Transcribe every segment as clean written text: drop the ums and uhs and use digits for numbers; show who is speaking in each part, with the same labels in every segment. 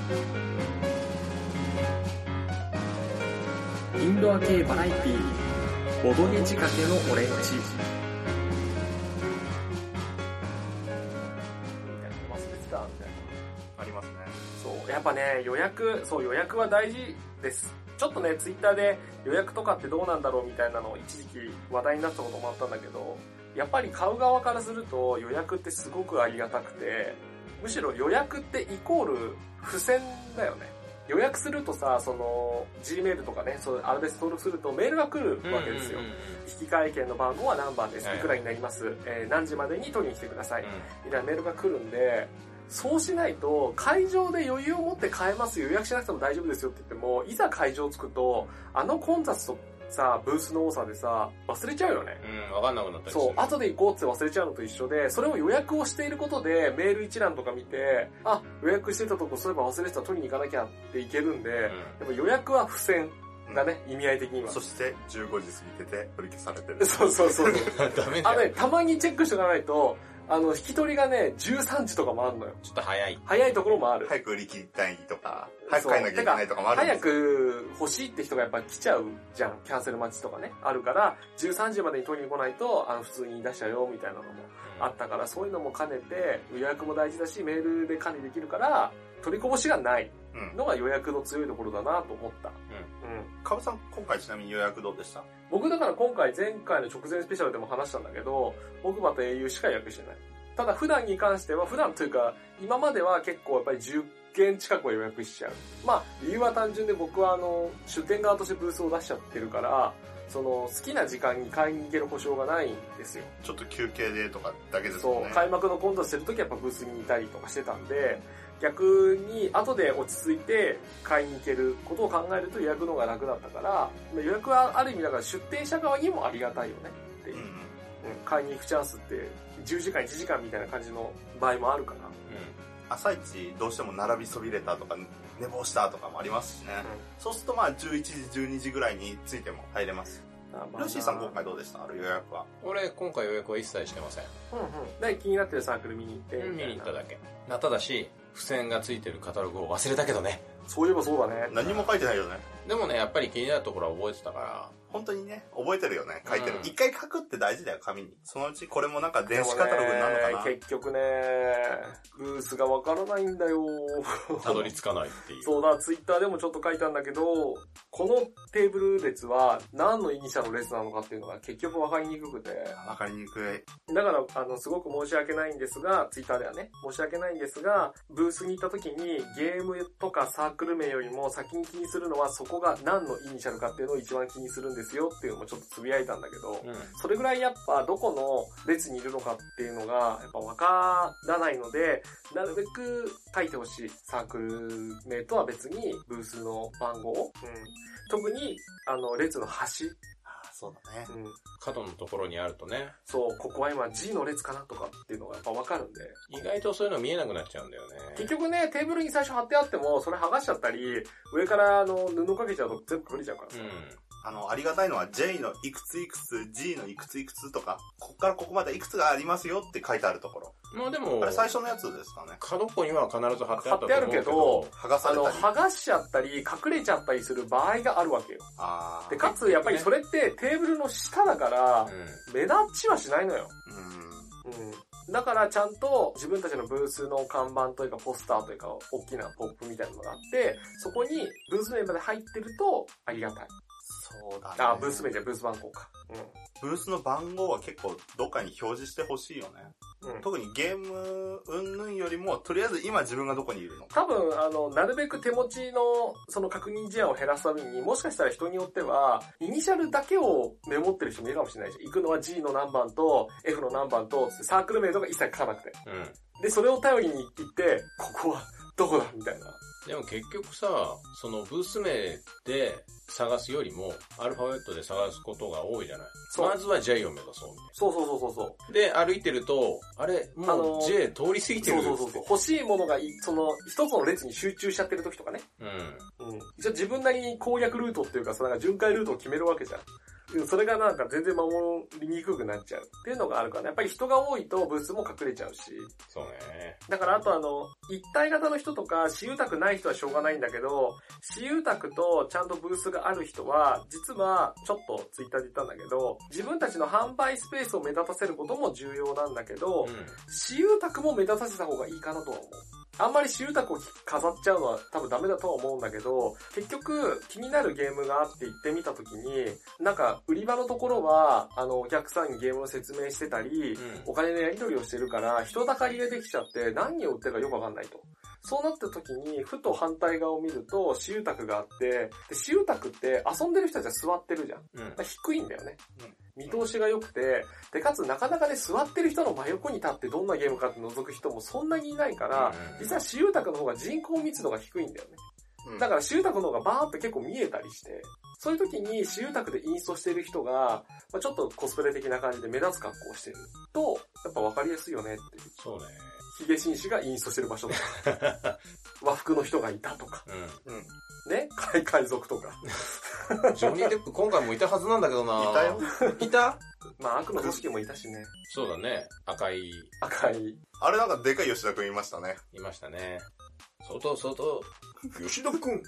Speaker 1: インドア系バラエティー、ボドゲ仕掛けのオレンジ。
Speaker 2: 忘れてたみたいな。
Speaker 3: ありますね。
Speaker 2: そう、やっぱね、予約は大事です。ちょっとね、ツイッターで予約とかってどうなんだろうみたいなのを一時期話題になったこともあったんだけど、やっぱり買う側からすると予約ってすごくありがたくて、むしろ予約ってイコール付箋だよね。予約するとさ、Gmail とかね、アドレス登録するとメールが来るわけですよ。引換券の番号は何番です。いくらになります。何時までに取りに来てください。みたいなメールが来るんで、そうしないと、会場で余裕を持って買えますよ、予約しなくても大丈夫ですよって言っても、いざ会場着くと、混雑とさ、ブースの多さでさ、忘れちゃうよね。
Speaker 3: わかんなくなったりする。
Speaker 2: そう、後で行こうって忘れちゃうのと一緒で、それを予約をしていることで、メール一覧とか見て、あ、予約してたとこそういえば忘れてた、取りに行かなきゃって行けるんで、やっぱ予約は付箋がね、意味合い的には。
Speaker 3: そして15時過ぎてて取り消されてる。
Speaker 2: そう。
Speaker 3: ダメだよ。
Speaker 2: たまにチェックしておかないと、引き取りがね、13時とかもあるのよ。
Speaker 3: ちょっと早い。
Speaker 2: 早いところもある。
Speaker 3: 早く売り切りたいとか、早く帰んなきゃいけないとかもあるんですよ。
Speaker 2: 早く欲しいって人がやっぱ来ちゃうじゃん。キャンセル待ちとかね。あるから、13時までに取りに来ないと、普通に出しちゃうよ、みたいなのもあったから、そういうのも兼ねて、予約も大事だし、メールで管理できるから、取りこぼしがないのが予約の強いところだなと思った。
Speaker 3: かぶさん、今回ちなみに予約どうでした？
Speaker 2: 僕だから今回前回の直前スペシャルでも話したんだけど、僕また au しか予約してない。ただ普段に関しては、普段というか、今までは結構やっぱり10件近くは予約しちゃう。理由は単純で僕は出店側としてブースを出しちゃってるから、好きな時間に買いに行ける保証がないんですよ。
Speaker 3: ちょっと休憩でとかだけですもんね。
Speaker 2: そう、開幕の混雑してる時はやっぱブースにいたりとかしてたんで、逆に後で落ち着いて買いに行けることを考えると予約の方が楽だったから、予約はある意味だから出店者側にもありがたいよねっていう。買いに行くチャンスって10時間1時間みたいな感じの場合もあるから。
Speaker 3: 朝一どうしても並びそびれたとか寝坊したとかもありますしね。そうすると11時12時ぐらいについても入れます。ルーシーさん今回どうでした？予約は。
Speaker 4: 俺今回予約は一切してません。
Speaker 2: で気になってるサークル見に行って。
Speaker 4: 見に行っただけ。ただし、付箋がついてるカタログを忘れたけどね。
Speaker 2: そういえばそうだね。
Speaker 3: 何も書いてないよね。
Speaker 4: でもね、やっぱり気になるところは覚えてたから。
Speaker 3: 本当にね、覚えてるよね。書いてる。一回書くって大事だよ、紙に。そのうちこれもなんか電子カタログになるのかな。
Speaker 2: 結局ね、ブースがわからないんだよ。
Speaker 4: たどり着かないっていう。
Speaker 2: そうだ、ツイッターでもちょっと書いたんだけど、このテーブル列は何のイニシャルの列なのかっていうのが結局わかりにくくて。
Speaker 3: わかりにくい。
Speaker 2: だから、すごく申し訳ないんですが、ツイッターではね、申し訳ないんですが、ブースに行った時にゲームとかサークル名よりも先に気にするのはそこが何のイニシャルかっていうのを一番気にするんですよっていうのもちょっとつぶやいたんだけど、それぐらいやっぱどこの列にいるのかっていうのがやっぱわからないので、なるべく書いてほしい。サークル名とは別にブースの番号、特に列の端、
Speaker 3: そうだね。
Speaker 4: 角のところにあるとね。
Speaker 2: そう、ここは今 G の列かなとかっていうのがやっぱわかるんで。
Speaker 4: 意外とそういうの見えなくなっちゃうんだよね。
Speaker 2: 結局ね、テーブルに最初貼ってあっても、それ剥がしちゃったり、上から布かけちゃうと全部取れちゃうからさ。
Speaker 3: ありがたいのは J のいくついくつ、G のいくついくつとか、ここからここまでいくつがありますよって書いてあるところ。
Speaker 4: でも、
Speaker 3: あれ最初のやつですかね。
Speaker 4: 角っこには必ず貼ってあったと思うけど。貼って
Speaker 2: あるけど、
Speaker 3: 剥がされたり。
Speaker 2: 剥がしちゃったり、隠れちゃったりする場合があるわけよ。で、かつ、やっぱりそれってテーブルの下だから、目立ちはしないのよ。だからちゃんと自分たちのブースの看板というかポスターというか大きなポップみたいなのがあって、そこにブース名まで入ってるとありがたい。
Speaker 3: そうだね。
Speaker 2: ブース名じゃブース番号か。
Speaker 3: ブースの番号は結構どっかに表示してほしいよね。特にゲーム云々よりも、とりあえず今自分がどこにいるのか。
Speaker 2: 多分、なるべく手持ちのその確認事案を減らすために、もしかしたら人によっては、イニシャルだけをメモってる人もいるかもしれないし、行くのは G の何番と F の何番と、サークル名とか一切書かなくて。で、それを頼りに行って、ここはどこだみたいな。
Speaker 4: でも結局さ、そのブース名で探すよりも、アルファベットで探すことが多いじゃない。まずは J を目指そうみたいな。
Speaker 2: そう。
Speaker 4: で、歩いてると、あれ、もう J 通り過ぎてる。
Speaker 2: そう。欲しいものが、一つの列に集中しちゃってる時とかね。一応自分なりに攻略ルートっていうか、なんか巡回ルートを決めるわけじゃん。 それがなんか全然守りにくくなっちゃうっていうのがあるからね。やっぱり人が多いとブースも隠れちゃうし。
Speaker 4: そうね。
Speaker 2: だからあと一体型の人とか私有宅ない人はしょうがないんだけど、私有宅とちゃんとブースがある人は、実はちょっとツイッターで言ったんだけど、自分たちの販売スペースを目立たせることも重要なんだけど、私有宅も目立たせた方がいいかなとは思う。あんまり私有宅を飾っちゃうのは多分ダメだとは思うんだけど、結局気になるゲームがあって行ってみたときに、なんか売り場のところはお客さんにゲームを説明してたり、お金のやり取りをしてるから人だかりができちゃって何を売ってるかよくわかんないと。そうなった時にふと反対側を見ると私有宅があって、で私有宅って遊んでる人たちは座ってるじゃん。低いんだよね。見通しが良くて、で、かつなかなかね、座ってる人の真横に立ってどんなゲームかって覗く人もそんなにいないから、実は私有宅の方が人口密度が低いんだよね。だから私有宅の方がバーって結構見えたりして、そういう時に私有宅でインストしてる人が、ちょっとコスプレ的な感じで目立つ格好をしてると、やっぱ分かりやすいよねっていう。
Speaker 4: そうね。
Speaker 2: ヒゲ紳士がインストしてる場所とか、和服の人がいたとか、ね、海賊とか。
Speaker 4: ジョニー・デップ今回もいたはずなんだけどな。
Speaker 3: いたよ。
Speaker 4: いた？
Speaker 2: まあ悪の組織もいたしね。
Speaker 4: そうだね。赤い。
Speaker 3: あれなんかでかい吉田くんいましたね。
Speaker 4: いましたね。外、吉田くん。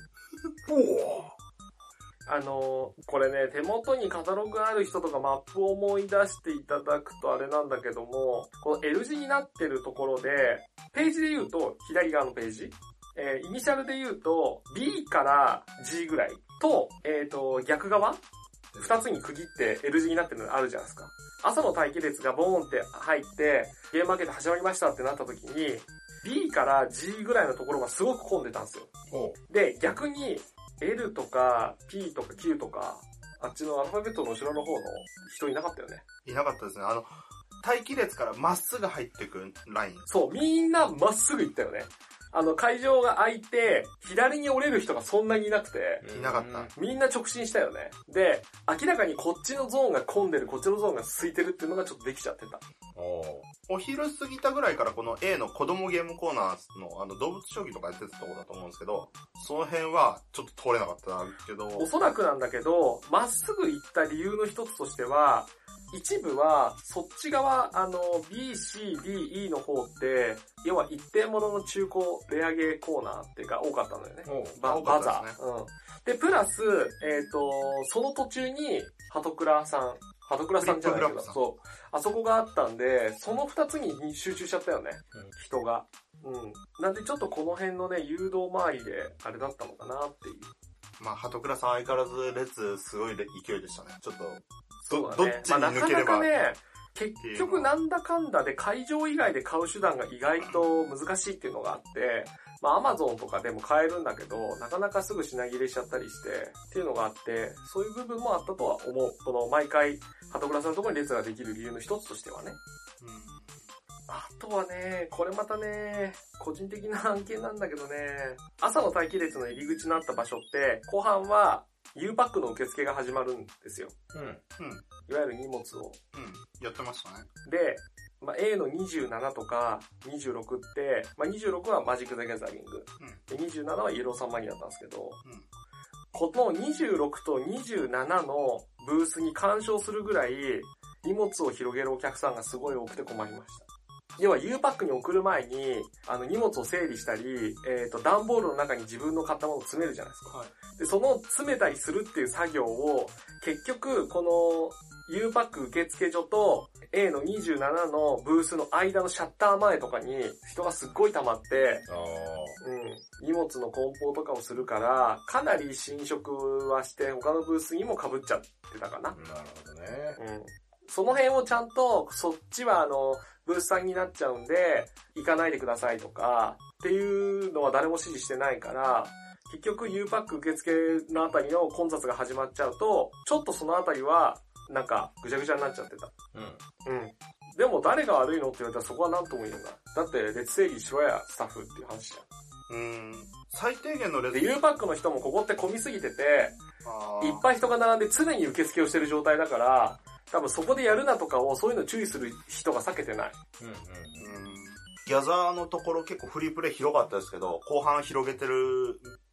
Speaker 2: これね、手元にカタログがある人とかマップを思い出していただくとあれなんだけども、この L 字になってるところで、ページで言うと左側のページ、イニシャルで言うと B から G ぐらいと、逆側二つに区切って L 字になってるのあるじゃないですか。朝の待機列がボーンって入って、ゲームマーケット始まりましたってなった時に、B から G ぐらいのところがすごく混んでたんですよ。で、逆に L とか P とか Q とか、あっちのアルファベットの後ろの方の人いなかったよね。
Speaker 3: いなかったですね。待機列からまっすぐ入ってくライン。
Speaker 2: そう、みんなまっすぐ行ったよね。会場が空いて、左に折れる人がそんなにいなくて。
Speaker 3: いなかった。
Speaker 2: みんな直進したよね。で、明らかにこっちのゾーンが混んでる、こっちのゾーンが空いてるっていうのがちょっとできちゃってた。
Speaker 3: お昼過ぎたぐらいからこの A の子供ゲームコーナーの動物将棋とかやってたところだと思うんですけど、その辺はちょっと通れなかったけど。
Speaker 2: おそらくなんだけど、まっすぐ行った理由の一つとしては、一部は、そっち側、B、C、D、E の方って、要は一点物の中古レアゲーコーナーっていうか多かったのよね。バザー。で、プラス、その途中に、鳩倉さんじゃないけど、そう。あそこがあったんで、その二つに集中しちゃったよね。人が。なんでちょっとこの辺のね、誘導周りで、あれだったのかなっていう。
Speaker 3: まあ、鳩倉さん相変わらず列すごい勢いでしたね。ちょっと。
Speaker 2: そうだね。
Speaker 3: どっちに抜ければ、
Speaker 2: なかなかね、結局なんだかんだで会場以外で買う手段が意外と難しいっていうのがあって、まあ Amazon とかでも買えるんだけど、なかなかすぐ品切れしちゃったりして、っていうのがあって、そういう部分もあったとは思う。この毎回、鳩倉さんのところに列ができる理由の一つとしてはね。あとはね、これまたね、個人的な案件なんだけどね、朝の待機列の入り口のあった場所って、後半は U パックの受付が始まるんですよ。いわゆる荷物を。
Speaker 3: やってましたね。
Speaker 2: で、A の27とか26って、26はマジック・ザ・ギャザリング。で27はイエローサンマニアだったんですけど、この26と27のブースに干渉するぐらい、荷物を広げるお客さんがすごい多くて困りました。要は U パックに送る前に、荷物を整理したり、段ボールの中に自分の買ったものを詰めるじゃないですか。で、その詰めたりするっていう作業を、結局、この U パック受付所と A の27のブースの間のシャッター前とかに人がすっごい溜まって、荷物の梱包とかをするから、かなり侵食はして他のブースにも被っちゃってたかな。
Speaker 4: なるほどね。
Speaker 2: その辺をちゃんと、そっちはブースさんになっちゃうんで、行かないでくださいとか、っていうのは誰も指示してないから、結局 U パック受付のあたりの混雑が始まっちゃうと、ちょっとそのあたりは、なんか、ぐちゃぐちゃになっちゃってた。でも誰が悪いのって言われたらそこは何とも言えんが。だって列整理しろや、スタッフっていう話じゃん。
Speaker 3: 最低限の列。
Speaker 2: で、U パックの人もここって混みすぎてて、いっぱい人が並んで常に受付をしてる状態だから、多分そこでやるなとかをそういうの注意する人が避けてない。
Speaker 3: ギャザーのところ結構フリープレイ広かったですけど、後半広げてる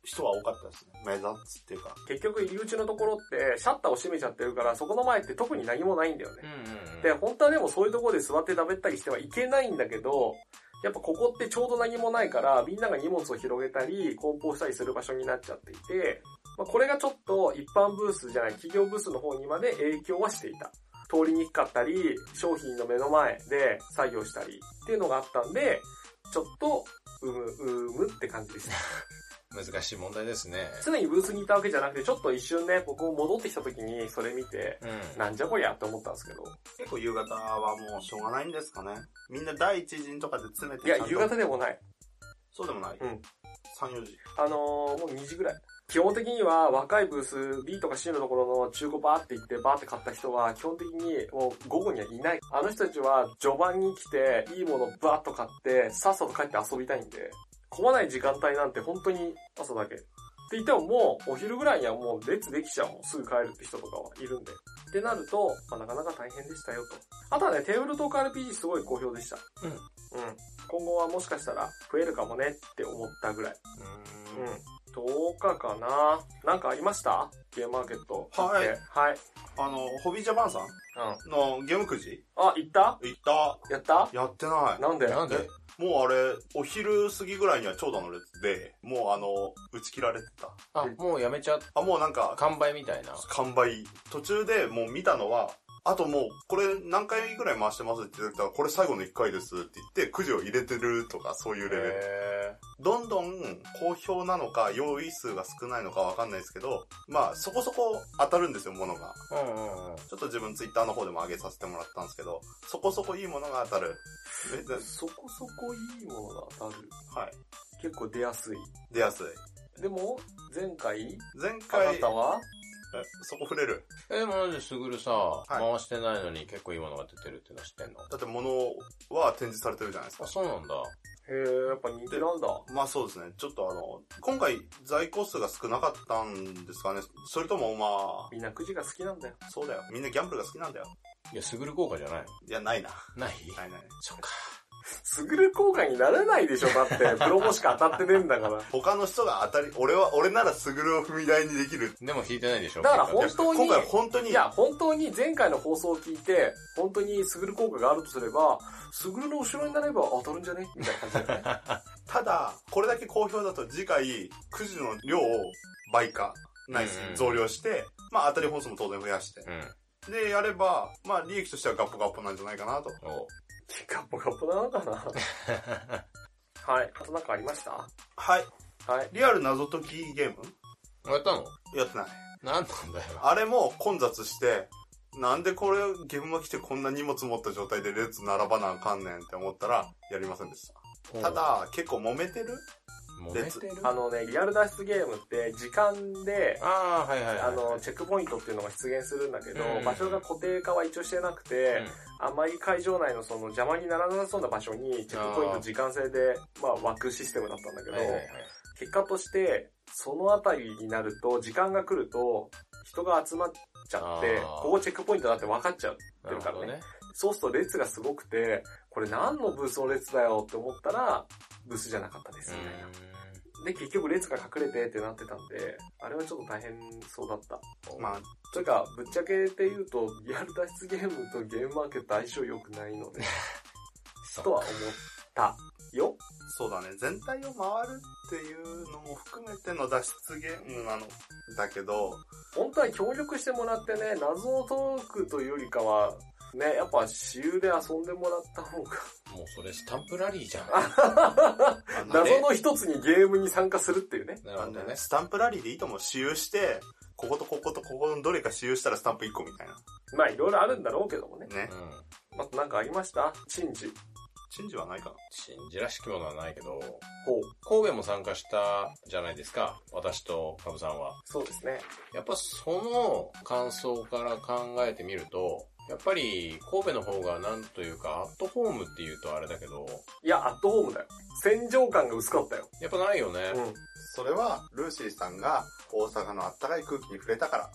Speaker 3: 人は多かったですね。目立つっていうか。
Speaker 2: 結局入り口のところってシャッターを閉めちゃってるから、そこの前って特に何もないんだよね。で、本当はでもそういうところで座って食べたりしてはいけないんだけど、やっぱここってちょうど何もないから、みんなが荷物を広げたり、梱包したりする場所になっちゃっていて、これがちょっと一般ブースじゃない、企業ブースの方にまで影響はしていた。通りにくかったり、商品の目の前で作業したりっていうのがあったんで、ちょっと、むって感じでした。
Speaker 4: 難しい問題ですね。
Speaker 2: 常にブースにいたわけじゃなくて、ちょっと一瞬ね、僕も戻ってきた時にそれ見て、なんじゃこりゃって思ったんですけど。
Speaker 3: 結構夕方はもうしょうがないんですかね。みんな第一陣とかで詰めて。
Speaker 2: いや、夕方でもない。
Speaker 3: そうでもない。3、4時。
Speaker 2: もう2時ぐらい。基本的には若いブース B とか C のところの中古バーって行ってバーって買った人は基本的にもう午後にはいない。あの人たちは序盤に来ていいものバーっと買ってさっさと帰って遊びたいんで、混まない時間帯なんて本当に朝だけ。って言ってももうお昼ぐらいにはもう列できちゃうもん。すぐ帰るって人とかはいるんで。ってなると、なかなか大変でしたよと。あとはね、テーブルトーク RPG すごい好評でした。今後はもしかしたら増えるかもねって思ったぐらい。10日かな。なんかありました？ゲームマーケット。
Speaker 3: はい。
Speaker 2: はい。
Speaker 3: ホビージャパンさんのゲームくじ？
Speaker 2: あ、行った？
Speaker 3: 行った。
Speaker 2: やった？
Speaker 3: やってない。
Speaker 2: なんで？
Speaker 3: もうあれ、お昼過ぎぐらいには長蛇の列で、もう打ち切られてた。
Speaker 4: あ、もうやめちゃった。
Speaker 3: もうなんか。
Speaker 4: 完売みたいな。
Speaker 3: 完売。途中でもう見たのは、あともう、これ何回ぐらい回してますって言ったら、これ最後の1回ですって言って、くじを入れてるとか、そういうレベル。どんどん好評なのか、用意数が少ないのかわかんないですけど、まあ、そこそこ当たるんですよ、ものが。ちょっと自分ツイッターの方でも上げさせてもらったんですけど、そこそこいいものが当たる。
Speaker 2: そこそこいいものが当たる。
Speaker 3: はい。
Speaker 2: 結構出やすい。
Speaker 3: 出やすい。
Speaker 2: でも、前回
Speaker 3: あ
Speaker 2: なたは
Speaker 3: そこ触れる。
Speaker 4: なんでスグルさ、回してないのに結構いいものが出てるっての知ってんの？
Speaker 3: だって物は展示されてるじゃないですか。
Speaker 4: あ、そうなんだ。
Speaker 2: へえ、やっぱ人気なんだ。
Speaker 3: まあそうですね。ちょっと今回在庫数が少なかったんですかね。それともまあ。
Speaker 2: みんなくじが好きなんだよ。
Speaker 3: そうだよ。みんなギャンブルが好きなんだよ。
Speaker 4: いや、スグル効果じゃないの？
Speaker 3: いや、ないな。
Speaker 4: ない。
Speaker 2: そうか。スグル効果にならないでしょ、だって。プロモしか当たってねえんだから。
Speaker 3: 他の人が俺ならスグルを踏み台にできる。
Speaker 4: でも引いてないでしょ。
Speaker 2: だから本当に、
Speaker 3: 今回本当に。
Speaker 2: いや、本当に前回の放送を聞いて、本当にスグル効果があるとすれば、スグルの後ろになれば当たるんじゃねみたいな感じだよね。
Speaker 3: ただ、これだけ好評だと次回、くじの量を倍か、ないし、増量して、まあ当たり本数も当然増やして。で、やれば、まあ利益としてはガッポガッポなんじゃないかなと。
Speaker 2: ガッポガッポなのかなはい。あとなんかありました？
Speaker 3: はい。
Speaker 2: はい。
Speaker 3: リアル謎解きゲーム？
Speaker 4: やったの？
Speaker 3: やってない。
Speaker 4: なんなんだよ。
Speaker 3: あれも混雑して、なんでこれゲームが来てこんな荷物持った状態で列並ばなあかんねんって思ったら、やりませんでした。ただ、結構揉めてる？
Speaker 2: リアル脱出ゲームって時間で、
Speaker 4: はい
Speaker 2: チェックポイントっていうのが出現するんだけど、場所が固定化は一応してなくて、あんまり会場内のその邪魔にならなさそうな場所にチェックポイント時間制で、まあ湧くシステムだったんだけど、結果として、そのあたりになると、時間が来ると、人が集まっちゃって、ここチェックポイントだって分かっちゃってるからね。そうすると列がすごくて、これ何のブースの列だよって思ったら、ブースじゃなかったですみたいな。で、結局列が隠れてってなってたんで、あれはちょっと大変そうだった。まあ、というか、ぶっちゃけて言うと、リアル脱出ゲームとゲームマーケット相性良くないので、とは思ったよ。
Speaker 3: そうだね。全体を回るっていうのも含めての脱出ゲームなのだけど、
Speaker 2: 本当は協力してもらってね、謎を解くというよりかは、ね、やっぱ私有で遊んでもらった方が。
Speaker 4: もうそれスタンプラリーじゃん。
Speaker 2: 謎の一つにゲームに参加するっていうね。
Speaker 3: なるほどね。スタンプラリーでいいと思う。私有して、こことこことここのどれか私有したらスタンプ1個みたいな。
Speaker 2: まあいろいろあるんだろうけどもね。
Speaker 3: ね。
Speaker 2: あとなんかありました？チンジ
Speaker 3: はないかな。
Speaker 4: チンジらしきものはないけど、神戸も参加したじゃないですか。私とカブさんは。
Speaker 2: そうですね。
Speaker 4: やっぱその感想から考えてみると、やっぱり神戸の方がなんというかアットホームっていうとあれだけど、
Speaker 2: いや、アットホームだよ。戦場感が薄かったよ。
Speaker 4: やっぱないよね。
Speaker 3: それはルーシーさんが大阪のあったかい空気に触れたから。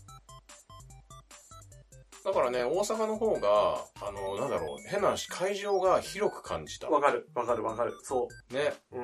Speaker 4: だからね、大阪の方が、変な話、会場が広く感じた。
Speaker 2: わかる。そう。
Speaker 4: ね。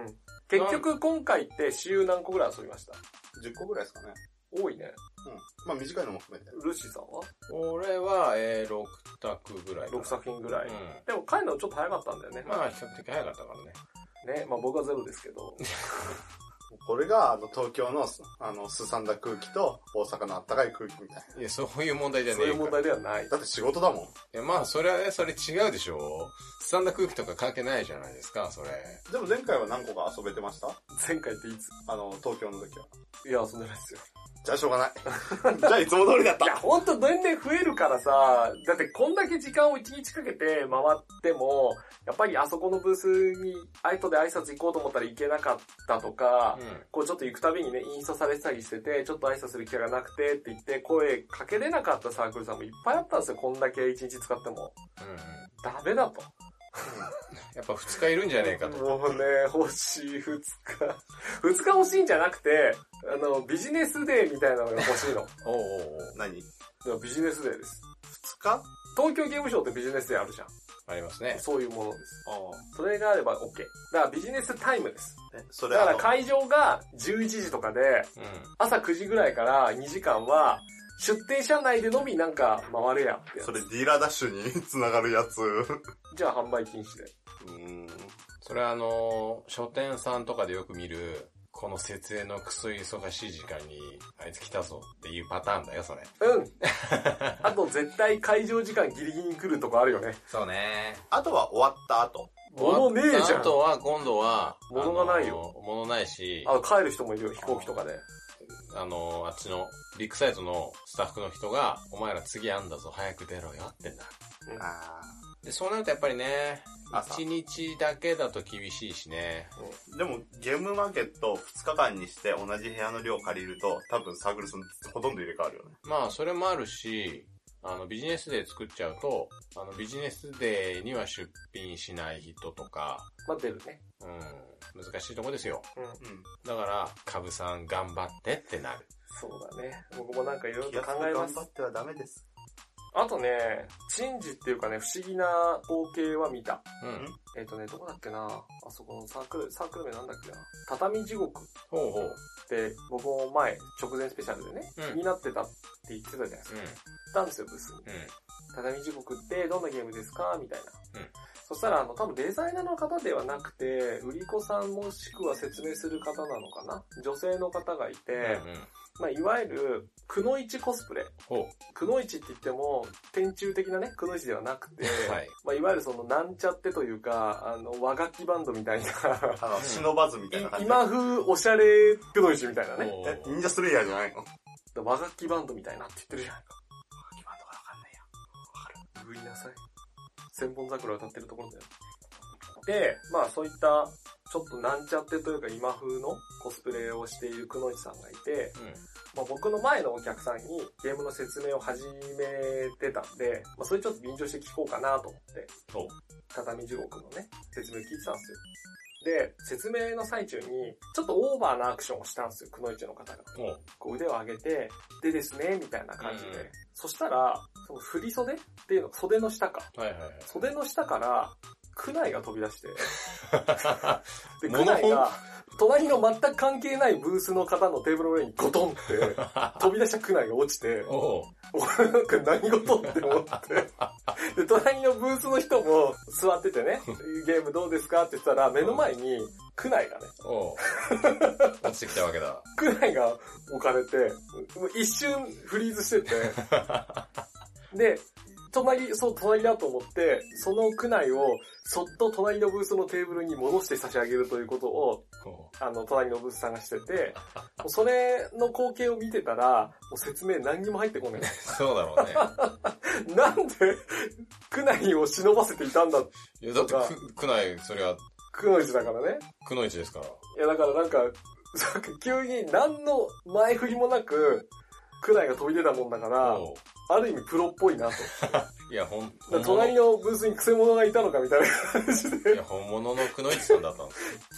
Speaker 2: 結局今回って週何個ぐらい遊びました？
Speaker 3: 10個ぐらいですかね。
Speaker 2: 多いね。
Speaker 3: うん。まあ短いのも含めて。
Speaker 2: ルーシーさんは
Speaker 4: 俺は、6択ぐらい。
Speaker 2: 6作品ぐらい。
Speaker 4: うん。
Speaker 2: でも帰るのちょっと早かったんだよね。
Speaker 4: まあ、比較的早かったからね。
Speaker 2: ね、まあ僕はゼロですけど。
Speaker 3: これが、東京の、すさんだ空気と、大阪のあったかい空気みたい
Speaker 4: いや、そういう問題じゃねえか。
Speaker 2: そういう問題ではない。
Speaker 3: だって仕事だもん。
Speaker 4: いや、まあ、それはね、それ違うでしょ。すさんだ空気とか関係ないじゃないですか、それ。
Speaker 3: でも前回は何個か遊べてました？
Speaker 2: 前回っていつ？
Speaker 3: 東京の時は。
Speaker 2: いや、遊んでないですよ。
Speaker 3: じゃあしょうがない。じゃあいつも通りだった。
Speaker 2: いや、ほんと年々増えるからさ、だってこんだけ時間を1日かけて回っても、やっぱりあそこのブースに後で挨拶行こうと思ったら行けなかったとか、こうちょっと行くたびにね、インストされてたりしてて、ちょっと挨拶する機会がなくてって言って声かけれなかったサークルさんもいっぱいあったんですよ、こんだけ1日使っても。ダメだと。
Speaker 4: やっぱ2日いるんじゃねえかと。
Speaker 2: もうね、欲しい2日。2日欲しいんじゃなくて、ビジネスデーみたいなのが欲しいの。
Speaker 3: おうおうおう。何？
Speaker 2: ビジネスデーです。
Speaker 3: 2日？
Speaker 2: 東京ゲームショウってビジネスデーあるじゃん。
Speaker 4: ありますね。
Speaker 2: そういうものです。それがあれば OK。だからビジネスタイムです。
Speaker 3: それ
Speaker 2: だから会場が11時とかで、朝9時ぐらいから2時間は、出店者内でのみなんか回れやってやつ。
Speaker 3: それディーラーダッシュにつながるやつ。
Speaker 2: じゃあ販売禁止で。
Speaker 4: それは書店さんとかでよく見る、この設営のクソ忙しい時間に、あいつ来たぞっていうパターンだよ、それ。
Speaker 2: うん。あと絶対会場時間ギリギリに来るとこあるよね。
Speaker 4: そうね。
Speaker 3: あとは終わった後。
Speaker 2: 物ねえじゃん。
Speaker 4: あとは今度は、
Speaker 2: 物がないよ。
Speaker 4: 物ないし、
Speaker 2: 帰る人もいるよ、飛行機とかで。
Speaker 4: あっちの、ビッグサイトのスタッフの人が、お前ら次あんだぞ、早く出ろよってんだ。で、そうなるとやっぱりね、1日だけだと厳しいしね。
Speaker 3: でも、ゲームマーケット2日間にして同じ部屋の量借りると、多分サークル数ほとんど入れ替わるよね。
Speaker 4: まあ、それもあるし、ビジネスデー作っちゃうと、ビジネスデーには出品しない人とか、
Speaker 2: まあ出るね。
Speaker 4: 難しいとこですよ。
Speaker 2: うん。
Speaker 4: だから、株さん頑張ってってなる。
Speaker 2: そうだね。僕もなんかいろいろと考えます。
Speaker 3: 頑張ってはダメです。
Speaker 2: あとね、珍事っていうかね、不思議な光景は見た。どこだっけな、あそこのサークル名なんだっけな。畳地獄って僕も前、直前スペシャルでね、気になってたって言ってたじゃないですか。行ったんですよ、ブースに。畳地獄ってどんなゲームですかみたいな。そしたら、多分デザイナーの方ではなくて、売り子さんもしくは説明する方なのかな、女性の方がいて、まあ、いわゆる、くのいちコスプレ。くのいちって言っても、天中的なね、くのいちではなくて、まあ、いわゆるその、なんちゃってというか、和楽器バンドみたいな。
Speaker 3: 忍ばずみたいな感じ。
Speaker 2: 今風おしゃれくのいちみたいなね。
Speaker 3: 忍者スレイヤーじゃないの？
Speaker 2: 和楽器バンドみたいなって言ってるじゃないか。和楽器バンドがわかんないや。わかる。言いなさい。千本桜歌ってるところだよ。で、まあそういった、ちょっとなんちゃってというか今風のコスプレをしているくのいちさんがいて、まあ、僕の前のお客さんにゲームの説明を始めてたんで、まあそれちょっと便乗して聞こうかなと思って、畳地獄のね、説明聞いてたんですよ。で、説明の最中に、ちょっとオーバーなアクションをしたんですよ、くのいちの方が。こう腕を上げて、でですね、みたいな感じで。そしたら、その振り袖っていうの、袖の下か。袖の下から、クナイが飛び出して。で、クナイが、隣の全く関係ないブースの方のテーブルの上にゴトンって飛び出したクナイが落ちて、俺なんか何事って思って。で、隣のブースの人も座っててね、ゲームどうですかって言ったら、目の前にクナイがね、
Speaker 4: 落ちてきたわけだ。
Speaker 2: クナイが置かれて、もう一瞬フリーズしてて、で、隣だと思って、その区内をそっと隣のブースのテーブルに戻して差し上げるということを、隣のブースさんがしてて、それの光景を見てたら、もう説明何にも入ってこない。
Speaker 4: そうだろうね。
Speaker 2: なんで、区内を忍ばせていたんだ。
Speaker 4: いや、だって区内、それは。
Speaker 2: くのいちだからね。
Speaker 4: くのいちですから。い
Speaker 2: や、だからなんか急に何の前振りもなく、区内が飛び出たもんだから、ある意味プロっぽいなと。
Speaker 4: いや、
Speaker 2: 隣のブースにクセ者がいたのかみたいな感じで。
Speaker 4: いや、本物のくのいちさんだったんです。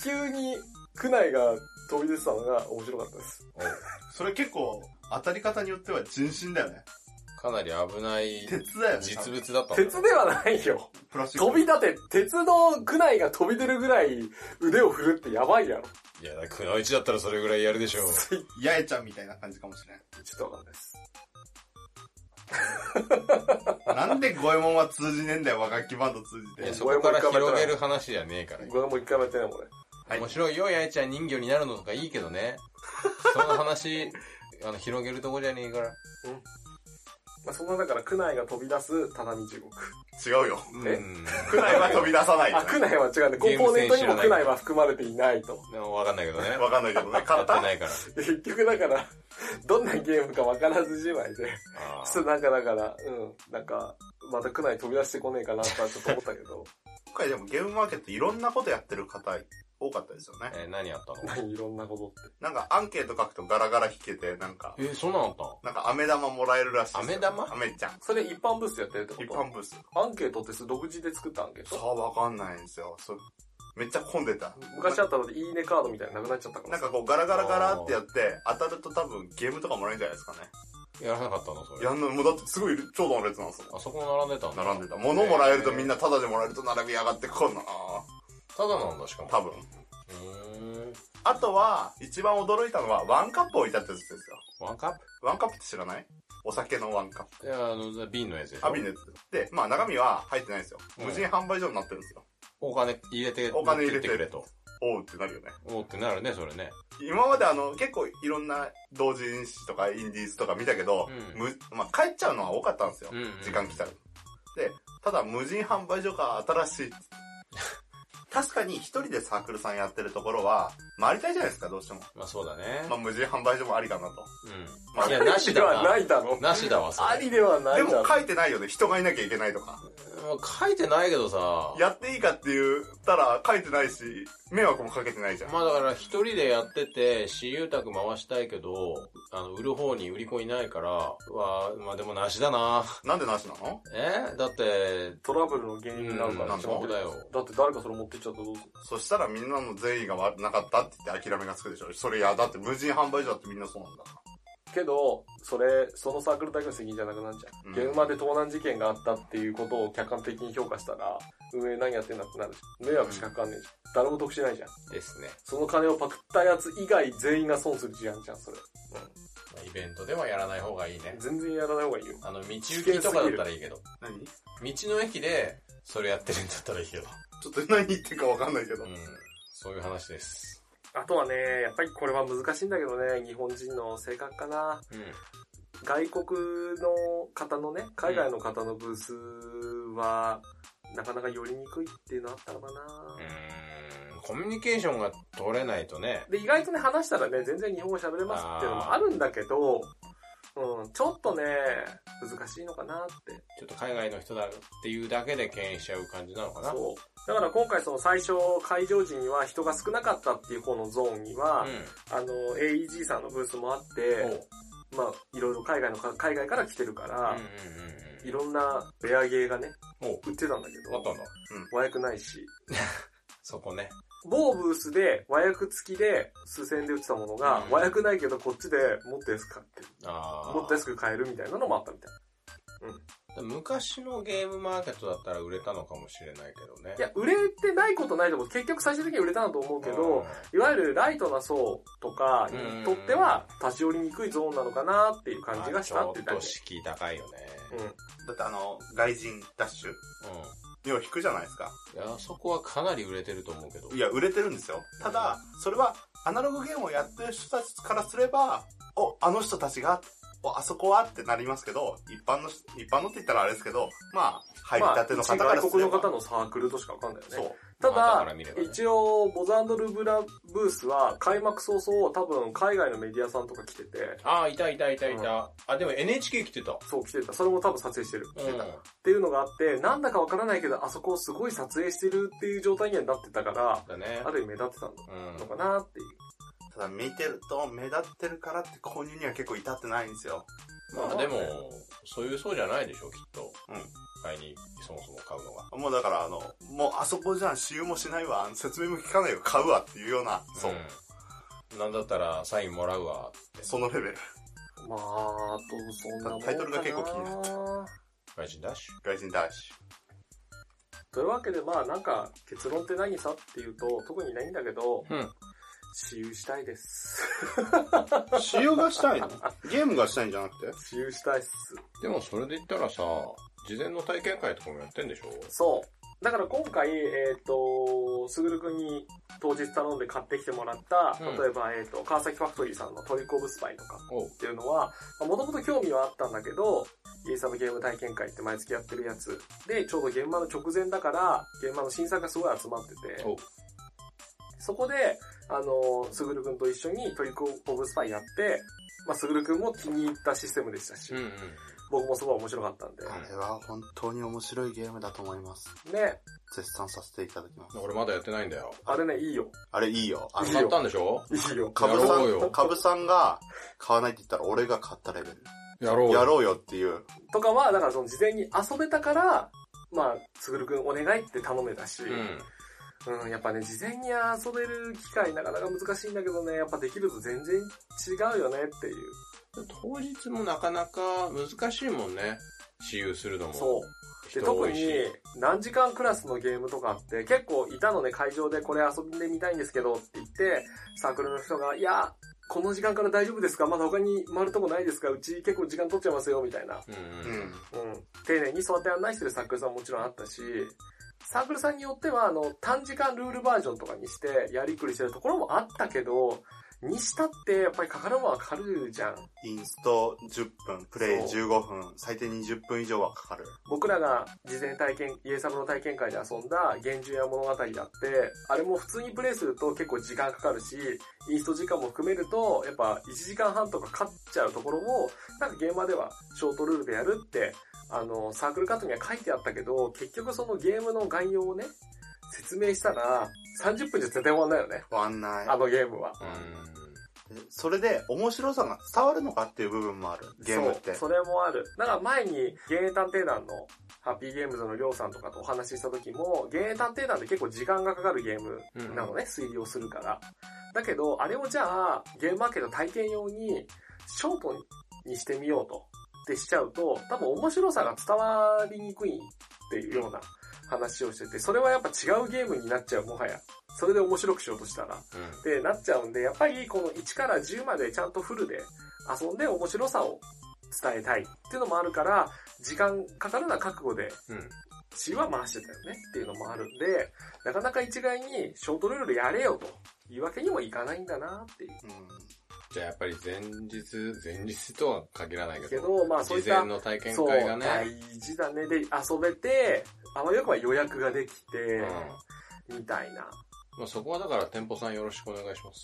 Speaker 2: 急に区内が飛び出てたのが面白かったです。
Speaker 3: それ結構当たり方によっては人心だよね。
Speaker 4: かなり危ない
Speaker 3: 鉄だよね。
Speaker 4: 実物だった。
Speaker 2: 鉄ではないよ。
Speaker 3: プラスチック。
Speaker 2: 飛び立て、鉄の区内が飛び出るぐらい腕を振るってやばいやろ。
Speaker 4: いや、くのいちだったらそれぐらいやるでしょう。
Speaker 3: 八重ちゃんみたいな感じかもしれん。
Speaker 2: ちょっとわかんないです。
Speaker 3: なんでゴエモンは通じねえんだよ、和楽器バンド通じて。
Speaker 4: いや、そこから広げる話じゃねえから。
Speaker 2: これもう一回もやってないもん、俺。
Speaker 3: はい、
Speaker 4: 面白いよ、八重ちゃん人魚になるのとかいいけどね。その話、広げるとこじゃねえから。うん。
Speaker 2: まあ、そんなだから、区内が飛び出す畳地獄。
Speaker 3: 違うよ。
Speaker 2: え
Speaker 3: 区内は飛び出さないよ、ね。
Speaker 2: あ、区内は違うんで、コンポーネントにも区内は含まれていないと。
Speaker 4: わかんないけどね。
Speaker 3: わかんないけどね。
Speaker 4: やってないから。
Speaker 2: 結局だから、どんなゲームかわからずじまいで。なんかだから、なんか、また区内飛び出してこねえかなとはちょっと思ったけど。
Speaker 3: 今回でもゲームマーケットいろんなことやってる方多かったですよね。
Speaker 4: 何やったの？
Speaker 2: いろんなことって。
Speaker 3: なんかアンケート書くとガラガラ弾けて、なんか。
Speaker 4: そんなのあったの？
Speaker 3: なんか飴玉もらえるらしい。
Speaker 4: 飴玉？
Speaker 3: 飴ちゃん。
Speaker 2: それ一般ブースやってるってこと？
Speaker 3: 一般ブース。
Speaker 2: アンケートって独自で作ったアンケート？
Speaker 3: さあわかんないんですよ。めっちゃ混んでた。
Speaker 2: 昔あったのでいいねカードみたいななくなっちゃったから。
Speaker 3: なんかこうガラガラガラってやって、当たると多分ゲームとかもらえるんじゃないですかね。
Speaker 4: やらなかったのそれ。
Speaker 3: やんの、もうだってすごい長蛇の列なんですよ。
Speaker 4: あそこ並んでたんだ。
Speaker 3: 並んでた。物もらえるとみんなタダでもらえると並び上がってこんな。
Speaker 4: タダなんだしかも。
Speaker 3: 多分。あとは、一番驚いたのは、ワンカップ置いてあったやつですよ。
Speaker 4: ワンカップ？
Speaker 3: ワンカップって知らない？お酒のワンカップ。
Speaker 4: いや、瓶のやつでしょ？
Speaker 3: 瓶のやつ。で、まあ中身は入ってないんですよ。無人販売所になってるんですよ。
Speaker 4: お金入れて、
Speaker 3: お金入れて
Speaker 4: くれと。
Speaker 3: おうってなるよね。
Speaker 4: おうってなるね、それね。
Speaker 3: 今まで結構いろんな同人誌とかインディーズとか見たけど、まあ帰っちゃうのは多かったんですよ。時間来たら。で、ただ無人販売所が新しい。確かに一人でサークルさんやってるところは、回りたいじゃないですか、どうしても。
Speaker 4: まあそうだね。
Speaker 3: まあ無人販売所もありかなと。
Speaker 2: まあ、いや、なしではないだろ。
Speaker 4: なしだわ、それ。
Speaker 2: ありではないだろ。
Speaker 3: でも書いてないよね、人がいなきゃいけないとか。
Speaker 4: 書いてないけどさ。
Speaker 3: やっていいかって言ったら書いてないし、迷惑もかけてないじゃん。
Speaker 4: まあだから一人でやってて、私有宅回したいけど、売る方に売り子いないから、まあでもなしだな。
Speaker 3: なんでなしなの？
Speaker 4: だって、
Speaker 2: トラブルの原因になるから。
Speaker 4: そうだよ。
Speaker 2: だって誰かそれ持ってっちゃったらどうする？
Speaker 3: そしたらみんなの善意がなかったって言って諦めがつくでしょ。それだって無人販売所だってみんなそうなんだから。
Speaker 2: けど、そのサークルだけの責任じゃなくなっちゃう。現場で盗難事件があったっていうことを客観的に評価したら、運営何やってんだってなるし。迷惑しかかかんねえじゃん。誰も得しないじゃん。
Speaker 4: ですね。
Speaker 2: その金をパクったやつ以外全員が損する事案じゃん、それ。
Speaker 4: イベントではやらない方がいいね。
Speaker 2: 全然やらない方がいいよ。
Speaker 4: 道行きとかだったらいいけど。
Speaker 3: 何？
Speaker 4: 道の駅で、それやってるんだったらいいけど。
Speaker 3: ちょっと何言ってるかわかんないけど。
Speaker 4: そういう話です。
Speaker 2: あとはね、やっぱりこれは難しいんだけどね、日本人の性格かな。外国の方のね、海外の方のブースは、なかなか寄りにくいっていうのあったのかな。
Speaker 4: コミュニケーションが取れないとね。
Speaker 2: で、意外とね、話したらね、全然日本語喋れますっていうのもあるんだけど、ちょっとね、難しいのかなって。
Speaker 4: ちょっと海外の人だっていうだけで敬遠しちゃう感じなのかな。
Speaker 2: そう。だから今回その最初会場時には人が少なかったっていう方のゾーンには、AEG さんのブースもあって、まあ、いろいろ海外から来てるから、いろんなレアゲーがね、売ってたんだけど、
Speaker 4: あったんだ。
Speaker 2: 和訳ないし。
Speaker 4: そこね。
Speaker 2: 某ブースで和訳付きで数千円で売ってたものが、和訳ないけどこっちでもっと安く買ってる。もっと安く買えるみたいなのもあったみたいな。
Speaker 4: 昔のゲームマーケットだったら売れたのかもしれないけどね。
Speaker 2: いや、売れてないことないと思う。結局最終的に売れたんだと思うけど、いわゆるライトな層とかにとっては立ち寄りにくいゾーンなのかなっていう感じがしたっていう感じ。
Speaker 4: ちょっと敷居高いよね。
Speaker 3: だって外人ダッシュを引くじゃないですか。
Speaker 4: いや、そこはかなり売れてると思うけど。
Speaker 3: いや、売れてるんですよ。ただ、それはアナログゲームをやってる人たちからすれば、あの人たちが、あそこはってなりますけど、一般のって言ったらあれですけど、まあ、入りたての方からすれば。
Speaker 2: 外国の方のサークルとしかわかんないよね。
Speaker 3: そう。
Speaker 2: ただ、一応、ボザンドルブラブースは開幕早々多分海外のメディアさんとか来てて。
Speaker 4: いた。でも NHK 来てた。
Speaker 2: そう、来てた。それも多分撮影してる。来てた。っていうのがあって、なんだかわからないけど、あそこをすごい撮影してるっていう状態にはなってたから、ある意味目立ってたのかなっていう。
Speaker 3: ただ見てると目立ってるからって購入には結構至ってないんですよ。
Speaker 4: まあでも、そうじゃないでしょ、きっと。買いに、そもそも買うのが。
Speaker 3: もうだからもうあそこじゃん、使用もしないわ、説明も聞かないよ、買うわっていうような、そう。
Speaker 4: なんだったらサインもらうわって。
Speaker 3: そのレベル。
Speaker 2: まあ、あとそんなもんかな。
Speaker 3: タイトルが結構気になった。
Speaker 4: 外人ダッシ
Speaker 3: 外人ダッシ
Speaker 2: というわけでまあなんか結論って何さっていうと特にないんだけど、私有したいです。
Speaker 3: 私有がしたいの？ゲームがしたいんじゃなくて？
Speaker 2: 私有したいっす。
Speaker 4: でもそれで言ったらさ、事前の体験会とかもやってんでしょ？
Speaker 2: そう。だから今回、すぐるくんに当日頼んで買ってきてもらった、例えば、川崎ファクトリーさんのトリックオブスパイとかっていうのは、もともと興味はあったんだけど、イエサブゲーム体験会って毎月やってるやつで、ちょうど現場の直前だから、現場の新作がすごい集まってて、そこで、すぐるくんと一緒にトリックオブスパイやって、まあ、すぐるくんも気に入ったシステムでしたし、僕もすごい面白かったんで。
Speaker 3: あれは本当に面白いゲームだと思います。
Speaker 2: ね。
Speaker 3: 絶賛させていただきます。
Speaker 4: 俺まだやってないんだよ。
Speaker 2: あれね、いいよ。
Speaker 3: あれいいよ。
Speaker 4: 買ったんでしょ？
Speaker 2: いいよ。
Speaker 3: カブさんが買わないって言ったら俺が買ったレベル。
Speaker 4: やろう
Speaker 3: よっていう。
Speaker 2: とかは、だからその事前に遊べたから、まあ、すぐるくんお願いって頼めたし、やっぱね、事前に遊べる機会なかなか難しいんだけどね、やっぱできると全然違うよねっていう。
Speaker 4: 当日もなかなか難しいもんね。私有するのも。
Speaker 2: そう。で、特に何時間クラスのゲームとかって結構いたのね、会場でこれ遊んでみたいんですけどって言って、サークルの人が、いや、この時間から大丈夫ですか？まだ他に回るとこないですか？うち結構時間取っちゃいますよ、みたいな。丁寧にそうやって案内してるサークルさんももちろんあったし、サークルさんによっては、短時間ルールバージョンとかにしてやりくりしてるところもあったけど、にしたってやっぱりかかるもんはかかるじゃん。
Speaker 3: インスト10分、プレイ15分、最低20分以上はかかる。
Speaker 2: 僕らが事前体験、イエサブの体験会で遊んだ幻獣や物語だって、あれも普通にプレイすると結構時間かかるし、インスト時間も含めると、やっぱ1時間半とかかかっちゃうところを、なんかゲーマーではショートルールでやるって、サークルカットには書いてあったけど、結局そのゲームの概要をね、説明したら、30分じゃ絶対終わんないよね。
Speaker 3: 終わんない。
Speaker 2: あのゲームは。
Speaker 3: それで面白さが伝わるのかっていう部分もある。ゲームって。
Speaker 2: それもある。だから前に、幻影探偵団のハッピーゲームズのりょうさんとかとお話しした時も、幻影探偵団って結構時間がかかるゲームなのね、推理をするから。だけど、あれをじゃあ、ゲームマーケット体験用に、ショートにしてみようと。ってしちゃうと、多分面白さが伝わりにくいっていうような話をしてて、それはやっぱ違うゲームになっちゃう、もはや。それで面白くしようとしたら。で、なっちゃうんで、やっぱりこの1から10までちゃんとフルで遊んで面白さを伝えたいっていうのもあるから、時間かかるのは覚悟で、C は回してたよねっていうのもあるんで、なかなか一概にショートルールでやれよというわけにもいかないんだなっていう。
Speaker 4: じゃあやっぱり前日とは限らないけど、
Speaker 2: まあそういった
Speaker 4: 事前の体験会がね。
Speaker 2: 大事だね。で、遊べて、あわよくは予約ができて、みたいな。
Speaker 4: まあそこはだから店舗さんよろしくお願いします。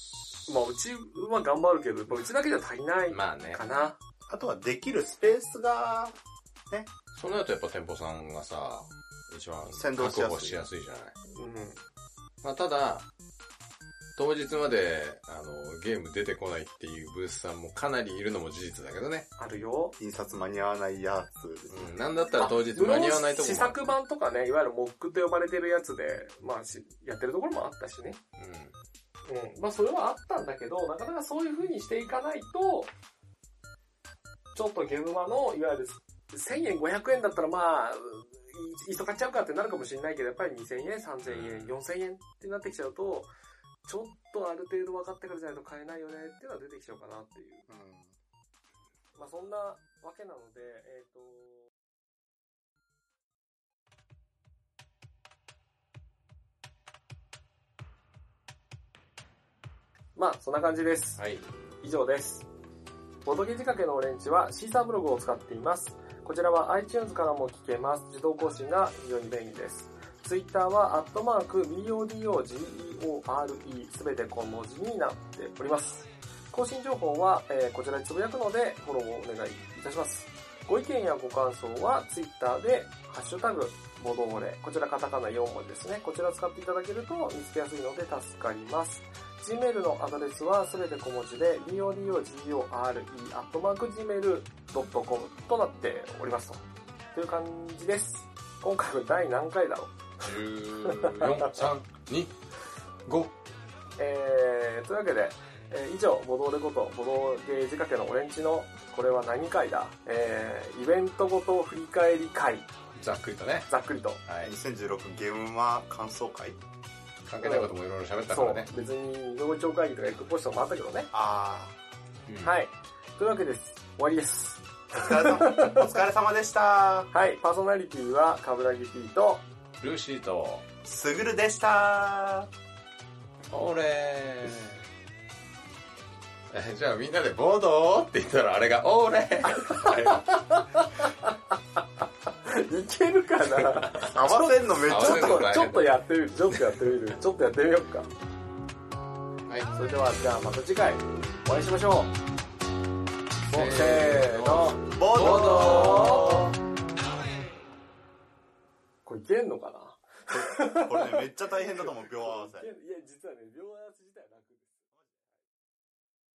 Speaker 2: まあうちは頑張るけど、うちだけじゃ足りないかな。
Speaker 4: まあね。
Speaker 3: あとはできるスペースが、ね。
Speaker 4: その後やっぱ店舗さんがさ、一番確保しやすいじゃない。まあただ、当日まで、ゲーム出てこないっていうブースさんもかなりいるのも事実だけどね。
Speaker 2: あるよ。
Speaker 3: 印刷間に合わないやつ。
Speaker 4: なんだったら当日間に合わないとこも。
Speaker 2: 試作版とかね、いわゆるモックと呼ばれてるやつで、まあやってるところもあったしね。まあそれはあったんだけど、なかなかそういう風にしていかないと、ちょっとゲームマの、いわゆる1000円、500円だったらまあ、いっそ買っちゃうかってなるかもしれないけど、やっぱり2000円、3000円、4000円ってなってきちゃうと、ちょっとある程度分かってからじゃないと買えないよねっていうのは出てきちゃうかなっていう。まあそんなわけなので、まあそんな感じです。
Speaker 4: はい。
Speaker 2: 以上です。ボドゲ仕掛けのオレンジはシーサーブログを使っています。こちらは iTunes からも聞けます。自動更新が非常に便利です。Twitter は@BODOGEORE すべて小文字になっております。更新情報は、こちらでつぶやくのでフォローをお願いいたします。ご意見やご感想は Twitter でハッシュタグボドゴレ、こちらカタカナ4文字ですね。こちらを使っていただけると見つけやすいので助かります。Gmail のアドレスはすべて小文字で BODOGORE@gmail.com となっておりますという感じです。今回は第何回だろう
Speaker 4: 14、3、2、5。
Speaker 2: というわけで、 以上、ボドーレことボドゲー仕掛けのオレンジの、これは何回だ、イベントごと振り返り会。
Speaker 4: ざっくりとね。
Speaker 2: ざっくりと。
Speaker 3: はい。2016ゲームマ感想会
Speaker 4: 関係ないこともいろいろ喋ったからね。
Speaker 2: そう、別に、農業会議とかエッグポストもあったけどね。
Speaker 3: あ
Speaker 2: あ。はい。というわけです。終わりです。
Speaker 3: お疲れ様でした。
Speaker 2: はい、パーソナリティは、カブラギ P と、
Speaker 4: ルーシーと、
Speaker 3: スグルでした。
Speaker 4: オーレー。じゃあみんなでボードって言ったらあれがオーレー。
Speaker 2: いけるかな。
Speaker 3: 合わせんのめっちゃ
Speaker 2: ちょっとやってみる。ちょっとやってみようか。はい、それでは、じゃあまた次回、お会いしましょう。せーの、
Speaker 3: ボード
Speaker 2: これいけんのかな。
Speaker 3: これね、めっちゃ大変だと思う、秒合わせ。
Speaker 2: いや、実はね、秒合わせ自体は楽です。